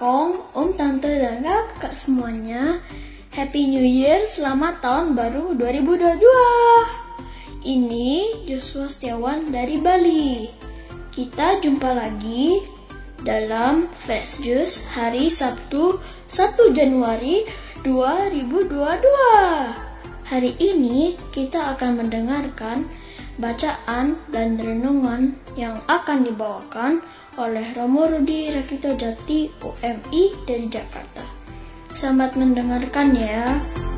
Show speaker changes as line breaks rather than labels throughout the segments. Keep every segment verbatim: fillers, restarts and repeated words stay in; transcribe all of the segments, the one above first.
Kong, Om, Tante, dan kakak semuanya. Happy New Year, selamat tahun baru dua ribu dua puluh dua. Ini Joshua Setiawan dari Bali. Kita jumpa lagi dalam Fresh Juice hari Sabtu satu Januari dua ribu dua puluh dua. Hari ini kita akan mendengarkan bacaan dan renungan yang akan dibawakan oleh Romo Rudi Rakito Jati U M I dari Jakarta. Selamat mendengarkan ya.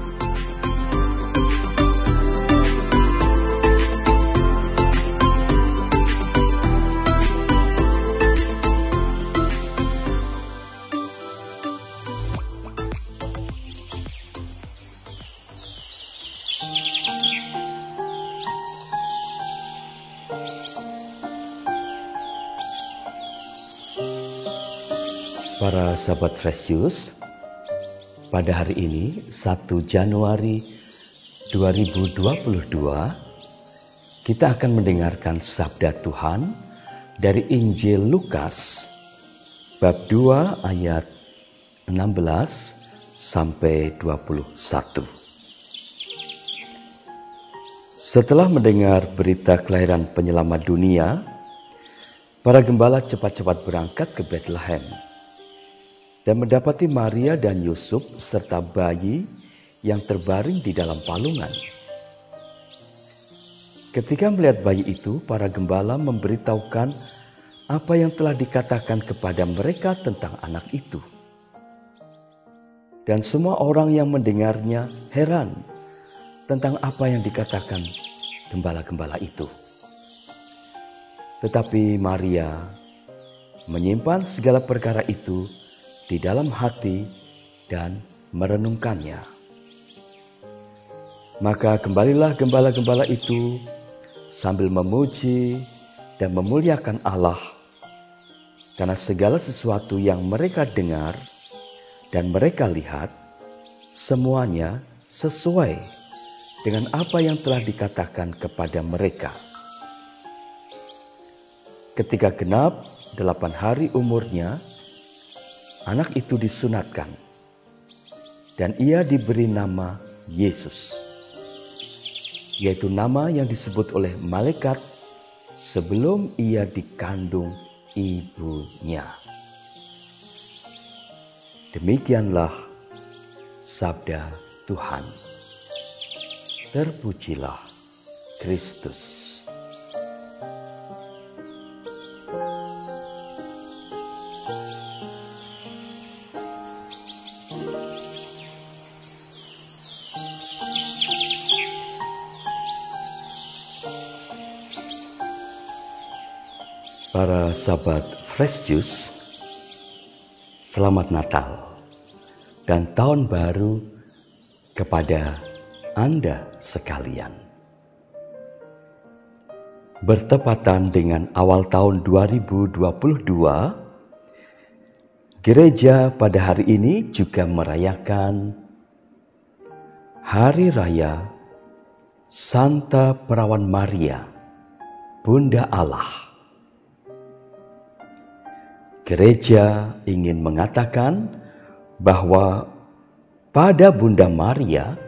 Para sahabat Fresh Juice, pada hari ini satu Januari dua ribu dua puluh dua kita akan mendengarkan sabda Tuhan dari Injil Lukas bab dua ayat enam belas sampai dua puluh satu. Setelah mendengar berita kelahiran penyelamat dunia, para gembala cepat-cepat berangkat ke Betlehem dan mendapati Maria dan Yusuf serta bayi yang terbaring di dalam palungan. Ketika melihat bayi itu, para gembala memberitahukan apa yang telah dikatakan kepada mereka tentang anak itu. Dan semua orang yang mendengarnya heran tentang apa yang dikatakan gembala-gembala itu. Tetapi Maria menyimpan segala perkara itu di dalam hati dan merenungkannya. Maka kembalilah gembala-gembala itu sambil memuji dan memuliakan Allah karena segala sesuatu yang mereka dengar dan mereka lihat semuanya sesuai dengan apa yang telah dikatakan kepada mereka. Ketika genap delapan hari umurnya, anak itu disunatkan, dan ia diberi nama Yesus, yaitu nama yang disebut oleh malaikat sebelum ia dikandung ibunya. Demikianlah sabda Tuhan. Terpujilah Kristus. Para sahabat Fresh Juice, selamat Natal dan Tahun Baru kepada Anda sekalian. Bertepatan dengan awal tahun dua ribu dua puluh dua, gereja pada hari ini juga merayakan Hari Raya Santa Perawan Maria, Bunda Allah. Gereja ingin mengatakan bahwa pada Bunda Maria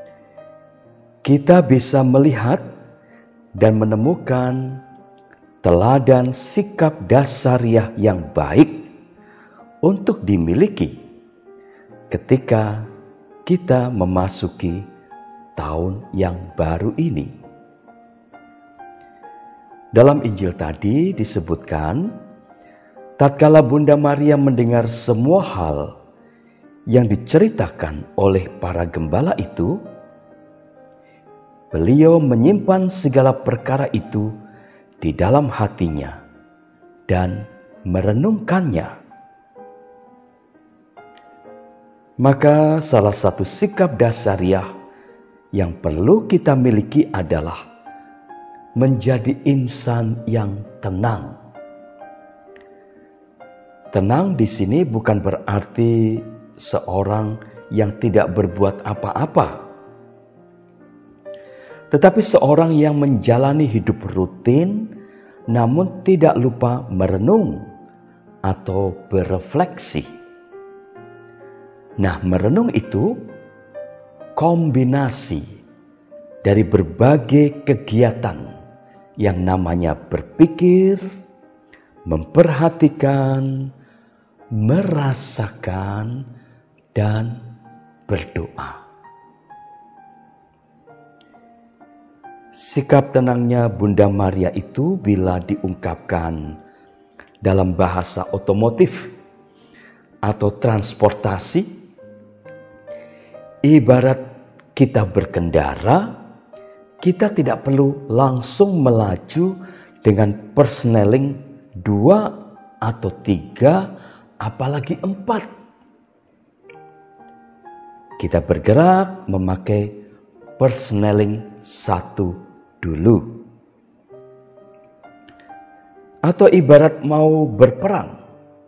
kita bisa melihat dan menemukan teladan sikap dasariah yang baik untuk dimiliki ketika kita memasuki tahun yang baru ini. Dalam Injil tadi disebutkan, tatkala Bunda Maria mendengar semua hal yang diceritakan oleh para gembala itu, beliau menyimpan segala perkara itu di dalam hatinya dan merenungkannya. Maka salah satu sikap dasariah yang perlu kita miliki adalah menjadi insan yang tenang. Tenang di sini bukan berarti seorang yang tidak berbuat apa-apa, tetapi seorang yang menjalani hidup rutin namun tidak lupa merenung atau berefleksi. Nah, merenung itu kombinasi dari berbagai kegiatan yang namanya berpikir, memperhatikan, merasakan, dan berdoa. Sikap tenangnya Bunda Maria itu bila diungkapkan dalam bahasa otomotif atau transportasi, ibarat kita berkendara, kita tidak perlu langsung melaju dengan persneling dua atau tiga, apalagi empat. Kita bergerak memakai persneling satu dulu. Atau ibarat mau berperang,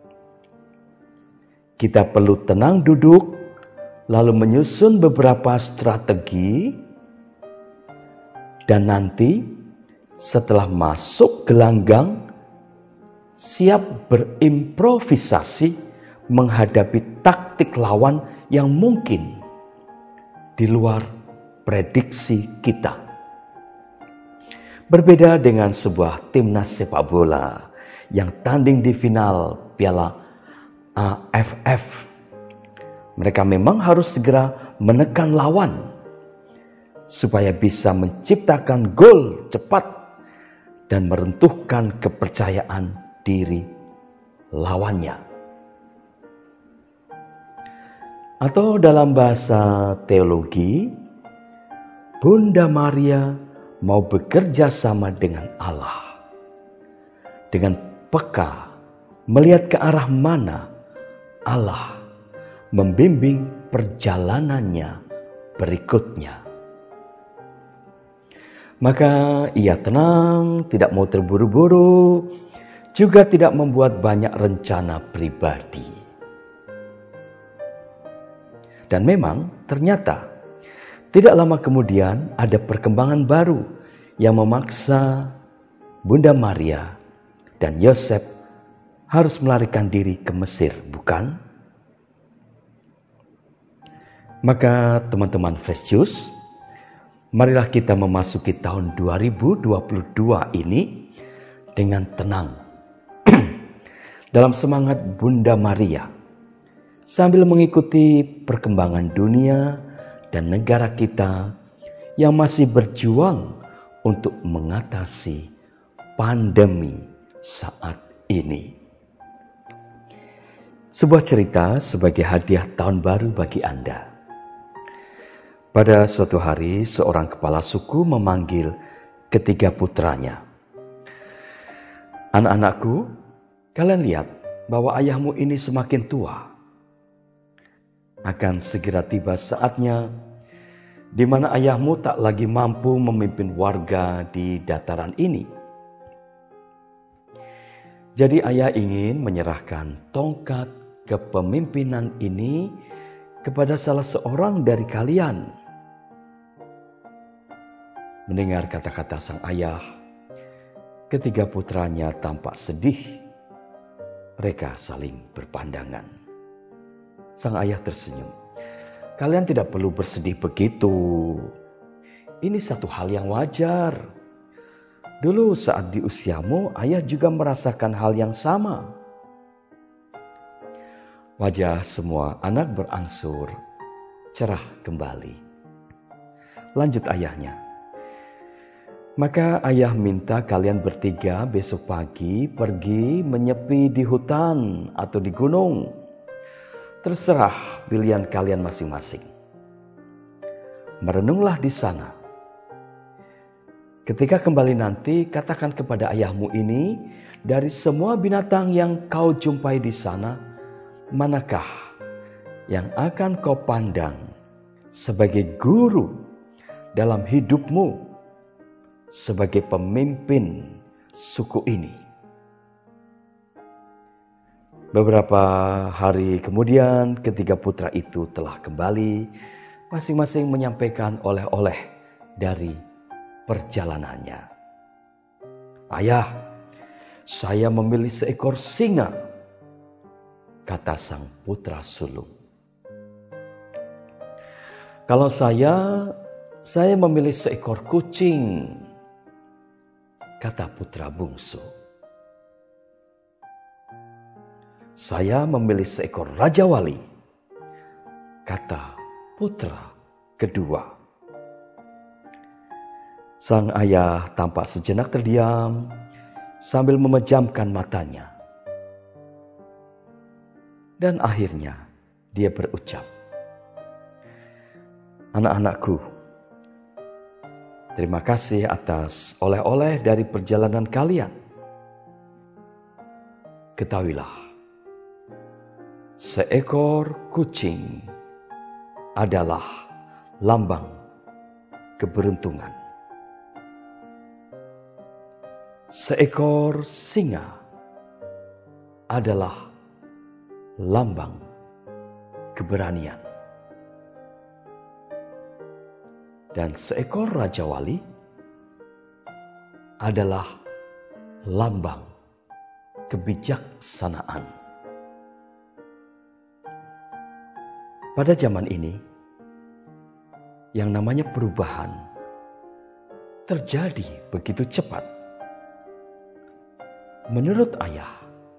kita perlu tenang duduk, lalu menyusun beberapa strategi, dan nanti setelah masuk gelanggang, siap berimprovisasi menghadapi taktik lawan yang mungkin di luar prediksi kita. Berbeda dengan sebuah timnas sepak bola yang tanding di final Piala A F F. Mereka memang harus segera menekan lawan supaya bisa menciptakan gol cepat dan meruntuhkan kepercayaan diri lawannya. Atau dalam bahasa teologi, Bunda Maria mau bekerja sama dengan Allah, dengan peka melihat ke arah mana Allah membimbing perjalanannya berikutnya. Maka ia tenang, tidak mau terburu-buru, juga tidak membuat banyak rencana pribadi. Dan memang ternyata tidak lama kemudian ada perkembangan baru yang memaksa Bunda Maria dan Yosef harus melarikan diri ke Mesir, bukan? Maka teman-teman Fresh Juice, marilah kita memasuki tahun dua ribu dua puluh dua ini dengan tenang. Dalam semangat Bunda Maria, sambil mengikuti perkembangan dunia dan negara kita yang masih berjuang untuk mengatasi pandemi saat ini. Sebuah cerita sebagai hadiah tahun baru bagi Anda. Pada suatu hari, seorang kepala suku memanggil ketiga putranya. Anak-anakku, kalian lihat bahwa ayahmu ini semakin tua. Akan segera tiba saatnya di mana ayahmu tak lagi mampu memimpin warga di dataran ini. Jadi ayah ingin menyerahkan tongkat kepemimpinan ini kepada salah seorang dari kalian. Mendengar kata-kata sang ayah, ketiga putranya tampak sedih. Mereka saling berpandangan. Sang ayah tersenyum. Kalian tidak perlu bersedih begitu. Ini satu hal yang wajar. Dulu saat di usiamu, ayah juga merasakan hal yang sama. Wajah semua anak berangsur cerah kembali. Lanjut ayahnya. Maka ayah minta kalian bertiga besok pagi pergi menyepi di hutan atau di gunung. Terserah pilihan kalian masing-masing. Merenunglah di sana. Ketika kembali nanti, katakan kepada ayahmu ini, dari semua binatang yang kau jumpai di sana, manakah yang akan kau pandang sebagai guru dalam hidupmu sebagai pemimpin suku ini? Beberapa hari kemudian ketiga putra itu telah kembali, masing-masing menyampaikan oleh-oleh dari perjalanannya. Ayah, saya memilih seekor singa, kata sang putra sulung. Kalau saya, saya memilih seekor kucing, kata putra bungsu. Saya memilih seekor raja wali, kata putra kedua. Sang ayah tampak sejenak terdiam sambil memejamkan matanya. Dan akhirnya dia berucap, "Anak-anakku, terima kasih atas oleh-oleh dari perjalanan kalian. Ketahuilah, seekor kucing adalah lambang keberuntungan. Seekor singa adalah lambang keberanian. Dan seekor raja wali adalah lambang kebijaksanaan." Pada zaman ini, yang namanya perubahan terjadi begitu cepat. Menurut ayah,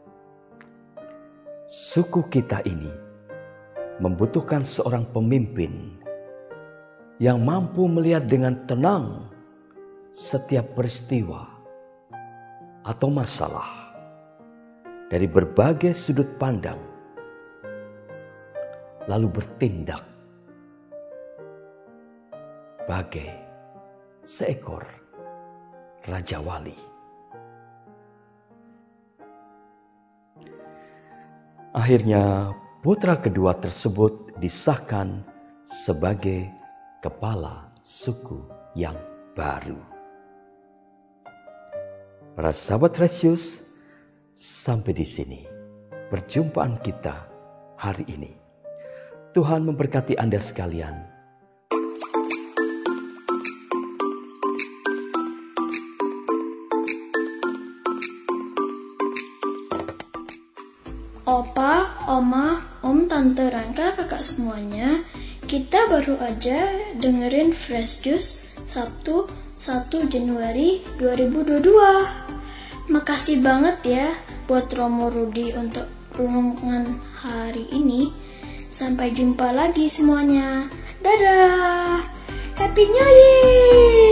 suku kita ini membutuhkan seorang pemimpin yang mampu melihat dengan tenang setiap peristiwa atau masalah dari berbagai sudut pandang, lalu bertindak bagai seekor raja wali. Akhirnya putra kedua tersebut disahkan sebagai kepala suku yang baru. Para sahabat Resius, sampai di sini perjumpaan kita hari ini. Tuhan memberkati Anda sekalian.
Opa, Oma, Om, Tante, Rangga, kakak semuanya, kita baru aja dengerin Fresh Juice Sabtu satu Januari dua ribu dua puluh dua. Makasih banget ya buat Romo Rudi untuk renungan hari ini. Sampai jumpa lagi semuanya. Dadah. Happy New Year.